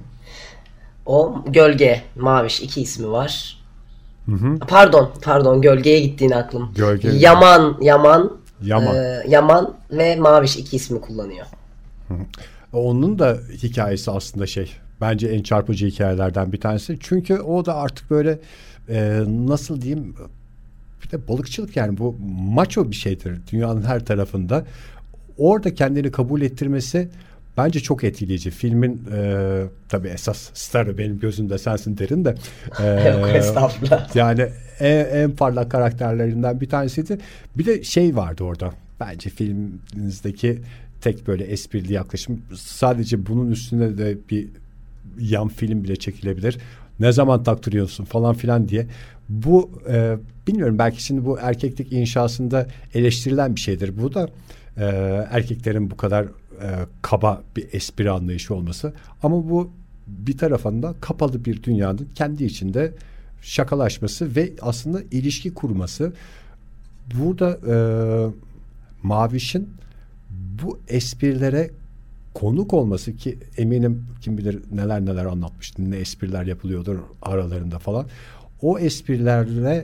O Gölge, Maviş, 2 ismi var.
Hı.
Pardon, Gölge'ye gittiğin aklım.
Gölge.
Yaman ve Maviş 2 ismi kullanıyor.
Hı. Onun da hikayesi aslında bence en çarpıcı hikayelerden bir tanesi. Çünkü o da artık böyle nasıl diyeyim, bir de balıkçılık, yani bu maço bir şeydir dünyanın her tarafında. Orada kendini kabul ettirmesi bence çok etkileyici. Filmin tabii esas starı benim gözümde sensin Derin de.
Yok estağfurullah.
Yani en parlak karakterlerinden bir tanesiydi. Bir de vardı orada. Bence filminizdeki tek böyle esprili yaklaşım. Sadece bunun üstüne de bir yan film bile çekilebilir. Ne zaman taktırıyorsun falan filan diye. Bu bilmiyorum, belki şimdi bu erkeklik inşasında eleştirilen bir şeydir. Bu da erkeklerin bu kadar kaba bir espri anlayışı olması. Ama bu bir tarafında kapalı bir dünyanın kendi içinde şakalaşması ve aslında ilişki kurması. Burada Maviş'in bu esprilere konuk olması, ki eminim kim bilir neler anlatmıştı, ne espriler yapılıyordur aralarında falan. O esprilerle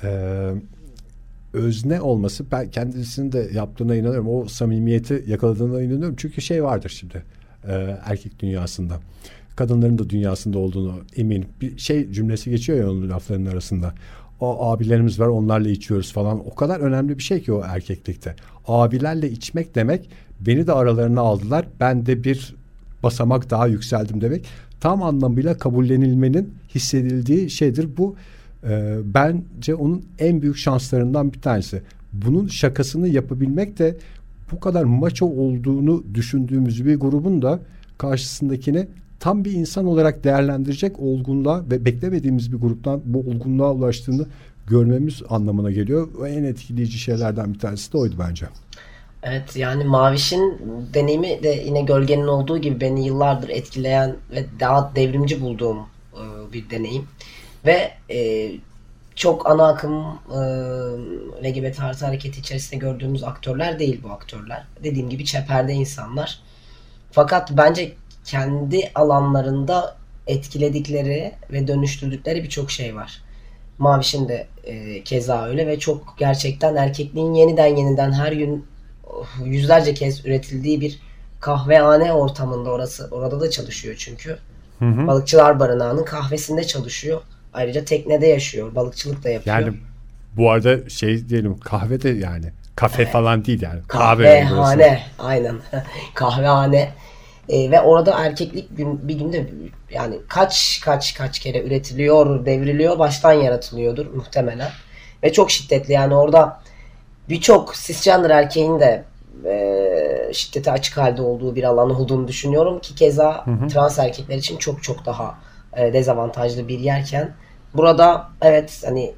özne olması, ben kendisinin de yaptığına inanıyorum. O samimiyeti yakaladığına inanıyorum. Çünkü vardır şimdi erkek dünyasında, kadınların da dünyasında olduğunu eminim. Bir cümlesi geçiyor ya onun laflarının arasında. O abilerimiz var, onlarla içiyoruz falan. O kadar önemli bir şey ki o erkeklikte. Abilerle içmek demek, beni de aralarına aldılar, ben de bir basamak daha yükseldim demek. Tam anlamıyla kabullenilmenin hissedildiği şeydir bu. Bence onun en büyük şanslarından bir tanesi. Bunun şakasını yapabilmek de, bu kadar maço olduğunu düşündüğümüz bir grubun da karşısındakini tam bir insan olarak değerlendirecek olgunluğa ve beklemediğimiz bir gruptan bu olgunluğa ulaştığını görmemiz anlamına geliyor. En etkileyici şeylerden bir tanesi de oydu bence.
Evet, yani Maviş'in deneyimi de yine Gölgenin olduğu gibi beni yıllardır etkileyen ve daha devrimci bulduğum bir deneyim. Ve çok ana akım LGBT artı hareketi içerisinde gördüğümüz aktörler değil bu aktörler. Dediğim gibi çeperde insanlar. Fakat bence kendi alanlarında etkiledikleri ve dönüştürdükleri birçok şey var. Maviş'in de keza öyle ve çok gerçekten erkekliğin yeniden her gün yüzlerce kez üretildiği bir kahvehane ortamında, orada da çalışıyor çünkü.
Hı hı.
Balıkçılar Barınağı'nın kahvesinde çalışıyor. Ayrıca teknede yaşıyor. Balıkçılık da yapıyor.
Yani bu arada şey diyelim, kahve de yani kafe falan değil yani.
Kahvehane. Aynen. Kahvehane. Ve orada erkeklik bir günde yani kaç kere üretiliyor, devriliyor, baştan yaratılıyordur muhtemelen. Ve çok şiddetli, yani orada birçok cisgender erkeğin de şiddete açık halde olduğu bir alan olduğunu düşünüyorum ki keza trans erkekler için çok daha dezavantajlı bir yerken burada evet hani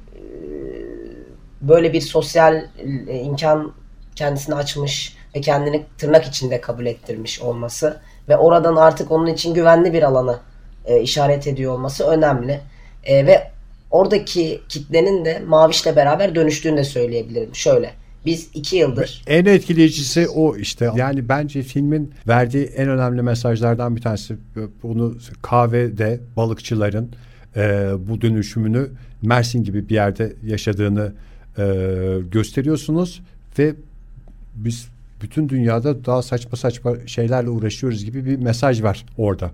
böyle bir sosyal imkan kendisine açmış ve kendini tırnak içinde kabul ettirmiş olması ve oradan artık onun için güvenli bir alanı işaret ediyor olması önemli. Ve oradaki kitlenin de Maviş'le beraber dönüştüğünü de söyleyebilirim. Şöyle, biz 2 yıldır...
En etkileyicisi o işte. Yani bence filmin verdiği en önemli mesajlardan bir tanesi, bunu kahvede balıkçıların bu dönüşümünü Mersin gibi bir yerde yaşadığını gösteriyorsunuz ve biz bütün dünyada daha saçma şeylerle uğraşıyoruz gibi bir mesaj var orada.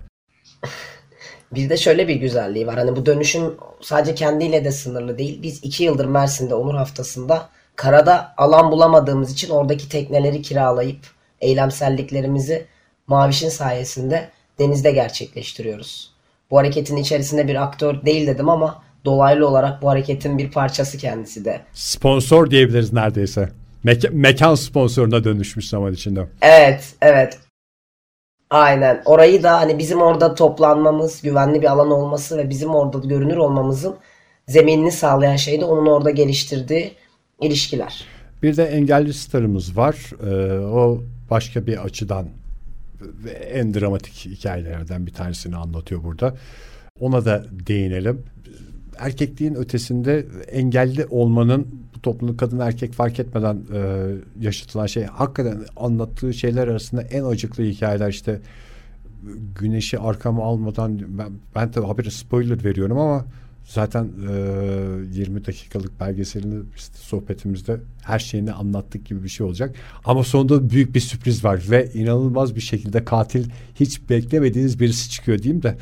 Bir de şöyle bir güzelliği var. Hani bu dönüşüm sadece kendiyle de sınırlı değil. Biz 2 yıldır Mersin'de Onur Haftası'nda karada alan bulamadığımız için oradaki tekneleri kiralayıp eylemselliklerimizi Maviş'in sayesinde denizde gerçekleştiriyoruz. Bu hareketin içerisinde bir aktör değil dedim ama dolaylı olarak bu hareketin bir parçası kendisi de.
Sponsor diyebiliriz neredeyse. Mekan sponsoruna dönüşmüş zaman içinde.
Evet. Aynen. Orayı da hani bizim orada toplanmamız, güvenli bir alan olması ve bizim orada görünür olmamızın zeminini sağlayan şey de onun orada geliştirdiği ilişkiler.
Bir de engelli starımız var. O başka bir açıdan ve en dramatik hikayelerden bir tanesini anlatıyor burada. Ona da değinelim. Erkekliğin ötesinde engelli olmanın bu toplumda kadın erkek fark etmeden yaşatılan şey, hakikaten anlattığı şeyler arasında en acıklı hikayeler. İşte güneşi arkama almadan, ben tabii habire spoiler veriyorum ama zaten 20 dakikalık belgeselini işte sohbetimizde her şeyini anlattık gibi bir şey olacak. Ama sonunda büyük bir sürpriz var ve inanılmaz bir şekilde katil hiç beklemediğiniz birisi çıkıyor diyeyim de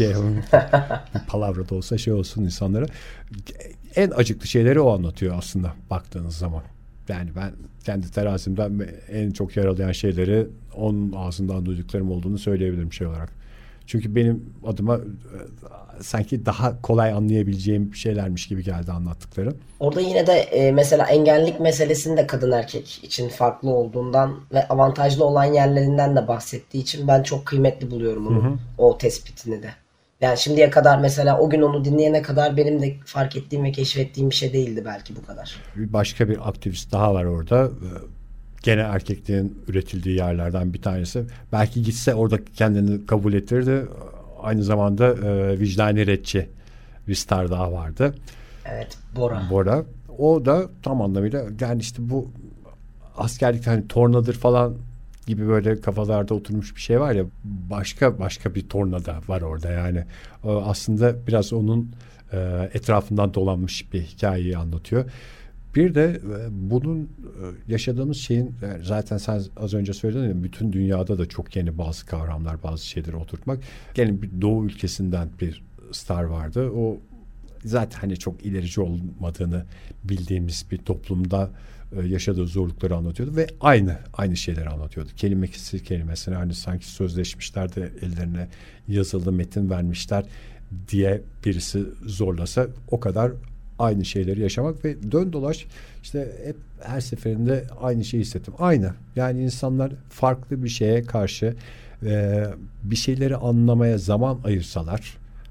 bir palavra da olsa şey olsun insanlara. En acıklı şeyleri o anlatıyor aslında baktığınız zaman. Yani ben kendi terazimden en çok yaralayan şeyleri onun ağzından duyduklarım olduğunu söyleyebilirim şey olarak. Çünkü benim adıma sanki daha kolay anlayabileceğim şeylermiş gibi geldi anlattıkları.
Orada yine de mesela engellilik meselesinin de kadın erkek için farklı olduğundan ve avantajlı olan yerlerinden de bahsettiği için ben çok kıymetli buluyorum onun o tespitini de. Yani şimdiye kadar mesela o gün onu dinleyene kadar benim de fark ettiğim ve keşfettiğim bir şey değildi belki bu kadar.
Başka bir aktivist daha var orada. Gene erkekliğin üretildiği yerlerden bir tanesi. Belki gitse orada kendini kabul ettirdi. Aynı zamanda vicdani retçi bir star daha vardı.
Evet,
Bora. O da tam anlamıyla yani işte bu askerlik hani tornadır falan gibi böyle kafalarda oturmuş bir şey var ya, başka bir tornada var orada yani. Aslında biraz onun etrafından dolanmış bir hikayeyi anlatıyor. Bir de bunun yaşadığımız şeyin zaten sen az önce söyledin ya, bütün dünyada da çok yeni bazı kavramlar, bazı şeyleri oturtmak. Gelin bir Doğu ülkesinden bir star vardı. O zaten hani çok ilerici olmadığını bildiğimiz bir toplumda yaşadığı zorlukları anlatıyordu ve aynı şeyleri anlatıyordu. Kelimesine hani sanki sözleşmişler de ellerine yazılı metin vermişler diye birisi zorlasa o kadar aynı şeyleri yaşamak ve dön dolaş işte hep her seferinde aynı şeyi hissettim. Yani insanlar farklı bir şeye karşı bir şeyleri anlamaya zaman ayırsalar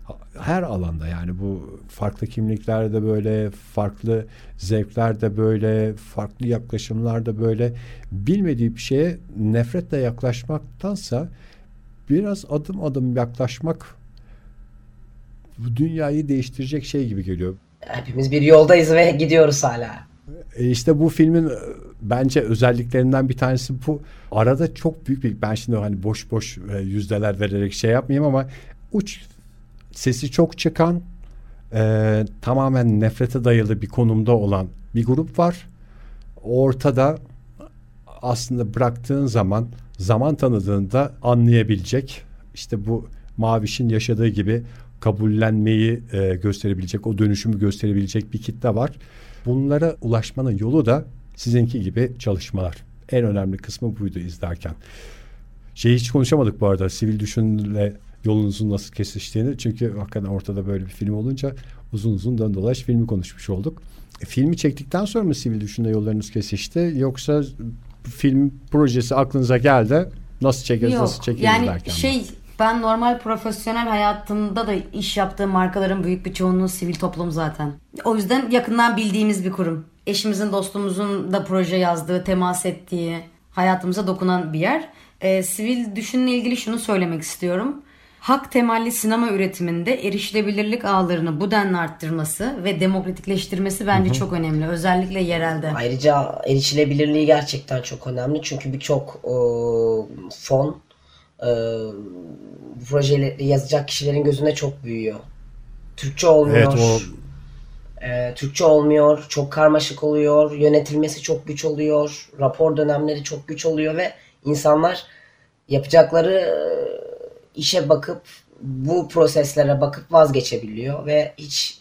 Her alanda, yani bu farklı kimliklerde böyle, farklı zevklerde böyle, farklı yaklaşımlarda böyle, bilmediği bir şeye nefretle yaklaşmaktansa biraz adım adım yaklaşmak bu dünyayı değiştirecek şey gibi geliyor.
Hepimiz bir yoldayız ve gidiyoruz hala.
İşte bu filmin bence özelliklerinden bir tanesi bu. Arada çok büyük bir, ben şimdi hani boş yüzdeler vererek şey yapmayayım ama uç sesi çok çıkan, tamamen nefrete dayalı bir konumda olan bir grup var. Ortada aslında bıraktığın zaman tanıdığında anlayabilecek, işte bu Maviş'in yaşadığı gibi kabullenmeyi gösterebilecek, o dönüşümü gösterebilecek bir kitle var. Bunlara ulaşmanın yolu da sizinki gibi çalışmalar. En önemli kısmı buydu izlerken. Hiç konuşamadık bu arada, sivil düşünle yolunuzun nasıl kesiştiğini. Çünkü hakikaten ortada böyle bir film olunca uzun dön dolaş filmi konuşmuş olduk. Filmi çektikten sonra mı sivil düşünle yollarınız kesişti? Yoksa film projesi aklınıza geldi, nasıl çekeriz
yani
derken mi?
Ben normal profesyonel hayatımda da iş yaptığım markaların büyük bir çoğunluğu sivil toplum zaten. O yüzden yakından bildiğimiz bir kurum. Eşimizin, dostumuzun da proje yazdığı, temas ettiği, hayatımıza dokunan bir yer. Sivil düşünle ilgili şunu söylemek istiyorum. Hak temelli sinema üretiminde erişilebilirlik ağlarını bu denli arttırması ve demokratikleştirmesi bence çok önemli. Özellikle yerelde.
Ayrıca erişilebilirliği gerçekten çok önemli. Çünkü birçok fon bu projeleri yazacak kişilerin gözünde çok büyüyor. Türkçe olmuyor. Evet, Türkçe olmuyor. Çok karmaşık oluyor. Yönetilmesi çok güç oluyor. Rapor dönemleri çok güç oluyor ve insanlar yapacakları işe bakıp, bu proseslere bakıp vazgeçebiliyor ve hiç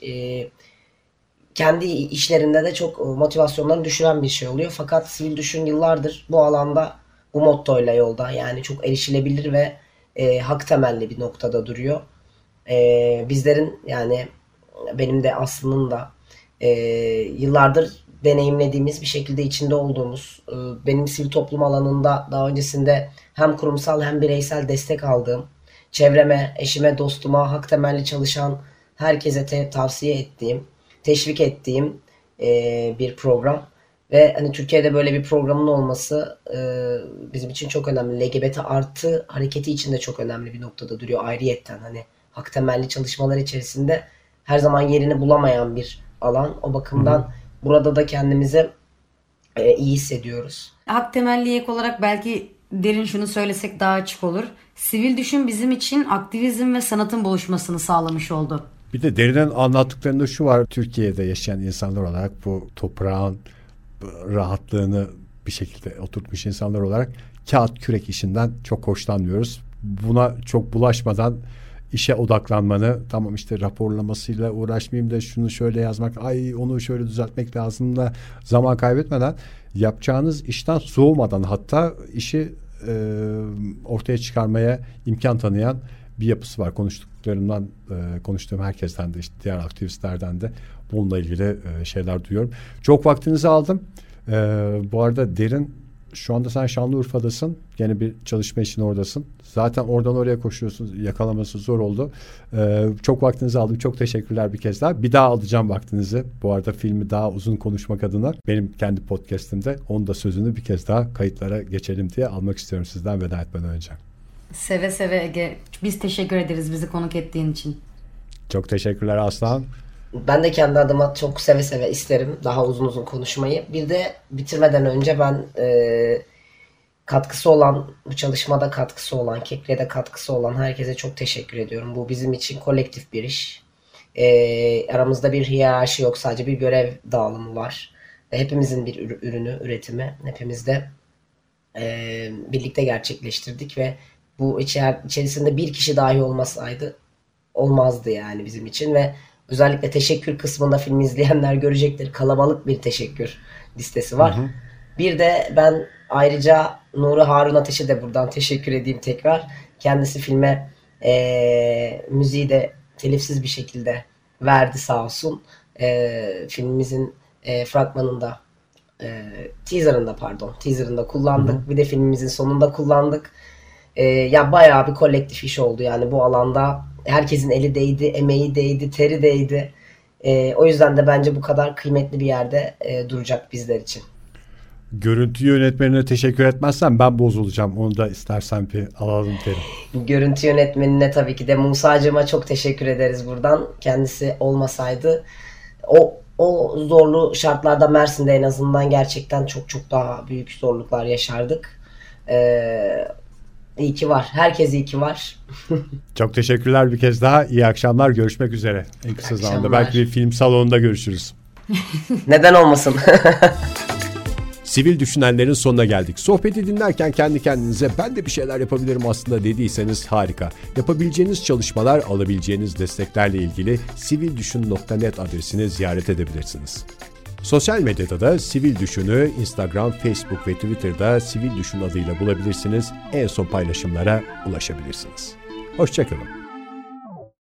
kendi işlerinde de çok motivasyonlarını düşüren bir şey oluyor. Fakat sivil düşün yıllardır bu alanda bu mottoyla yolda, yani çok erişilebilir ve hak temelli bir noktada duruyor. Bizlerin, yani benim de Aslı'nın da yıllardır deneyimlediğimiz, bir şekilde içinde olduğumuz, benim sivil toplum alanında daha öncesinde hem kurumsal hem bireysel destek aldığım, çevreme, eşime, dostuma hak temelli çalışan herkese tavsiye ettiğim, teşvik ettiğim bir program. Ve hani Türkiye'de böyle bir programın olması bizim için çok önemli. LGBT artı hareketi için de çok önemli bir noktada duruyor ayrıyetten. Hani hak temelli çalışmalar içerisinde her zaman yerini bulamayan bir alan. O bakımdan burada da kendimizi iyi hissediyoruz.
Hak temelli ek olarak belki derin şunu söylesek daha açık olur. Sivil düşün bizim için aktivizm ve sanatın buluşmasını sağlamış oldu.
Bir de derinin anlattıklarında şu var: Türkiye'de yaşayan insanlar olarak bu toprağın rahatlığını bir şekilde oturtmuş insanlar olarak kağıt kürek işinden çok hoşlanmıyoruz. Buna çok bulaşmadan işe odaklanmanı, tamam işte raporlamasıyla uğraşmayayım da şunu şöyle yazmak, ay onu şöyle düzeltmek lazım da zaman kaybetmeden, yapacağınız işten soğumadan, hatta işi ortaya çıkarmaya imkan tanıyan bir yapısı var. Konuştuğum herkesten de, işte diğer aktivistlerden de bununla ilgili şeyler duyuyorum. Çok vaktinizi aldım. Bu arada Derin, şu anda sen Şanlıurfa'dasın. Gene bir çalışma için oradasın. Zaten oradan oraya koşuyorsun. Yakalaması zor oldu. Çok vaktinizi aldım. Çok teşekkürler bir kez daha. Bir daha alacağım vaktinizi. Bu arada filmi daha uzun konuşmak adına benim kendi podcastimde onun da sözünü bir kez daha kayıtlara geçelim diye almak istiyorum sizden veda etmeden önce.
Seve seve Ege. Biz teşekkür ederiz bizi konuk ettiğin için.
Çok teşekkürler Aslan.
Ben de kendi adıma çok seve seve isterim daha uzun konuşmayı. Bir de bitirmeden önce ben katkısı olan, bu çalışmada katkısı olan, Kekre'de katkısı olan herkese çok teşekkür ediyorum. Bu bizim için kolektif bir iş. Aramızda bir hiyerarşi yok, sadece bir görev dağılımı var. Hepimizin bir ürünü, üretimi hepimiz de birlikte gerçekleştirdik ve bu içerisinde bir kişi dahi olmazdı yani bizim için. Ve özellikle teşekkür kısmında filmi izleyenler görecektir. Kalabalık bir teşekkür listesi var. Bir de ben ayrıca Nuri Harun Ateş'e de buradan teşekkür edeyim tekrar. Kendisi filme müziği de telifsiz bir şekilde verdi sağ olsun. Filmimizin fragmanında, teaserında kullandık. Bir de filmimizin sonunda kullandık. Ya bayağı bir kolektif iş oldu. Yani bu alanda herkesin eli değdi, emeği değdi, teri değdi. O yüzden de bence bu kadar kıymetli bir yerde duracak bizler için.
Görüntü yönetmenine teşekkür etmezsen ben bozulacağım. Onu da istersen bir alalım derim.
Görüntü yönetmenine tabii ki de Musa'cığıma çok teşekkür ederiz buradan. Kendisi olmasaydı o zorlu şartlarda Mersin'de en azından gerçekten çok çok daha büyük zorluklar yaşardık. İyi ki var. Herkes iyi ki var.
Çok teşekkürler bir kez daha. İyi akşamlar. Görüşmek üzere. En kısa zamanda. Belki bir film salonunda görüşürüz.
Neden olmasın?
Sivil Düşünenlerin sonuna geldik. Sohbeti dinlerken kendi kendinize ben de bir şeyler yapabilirim aslında dediyseniz harika. Yapabileceğiniz çalışmalar, alabileceğiniz desteklerle ilgili sivildüşün.net adresini ziyaret edebilirsiniz. Sosyal medyada da Sivil Düşün'ü Instagram, Facebook ve Twitter'da Sivil Düşün adıyla bulabilirsiniz. En son paylaşımlara ulaşabilirsiniz. Hoşça kalın.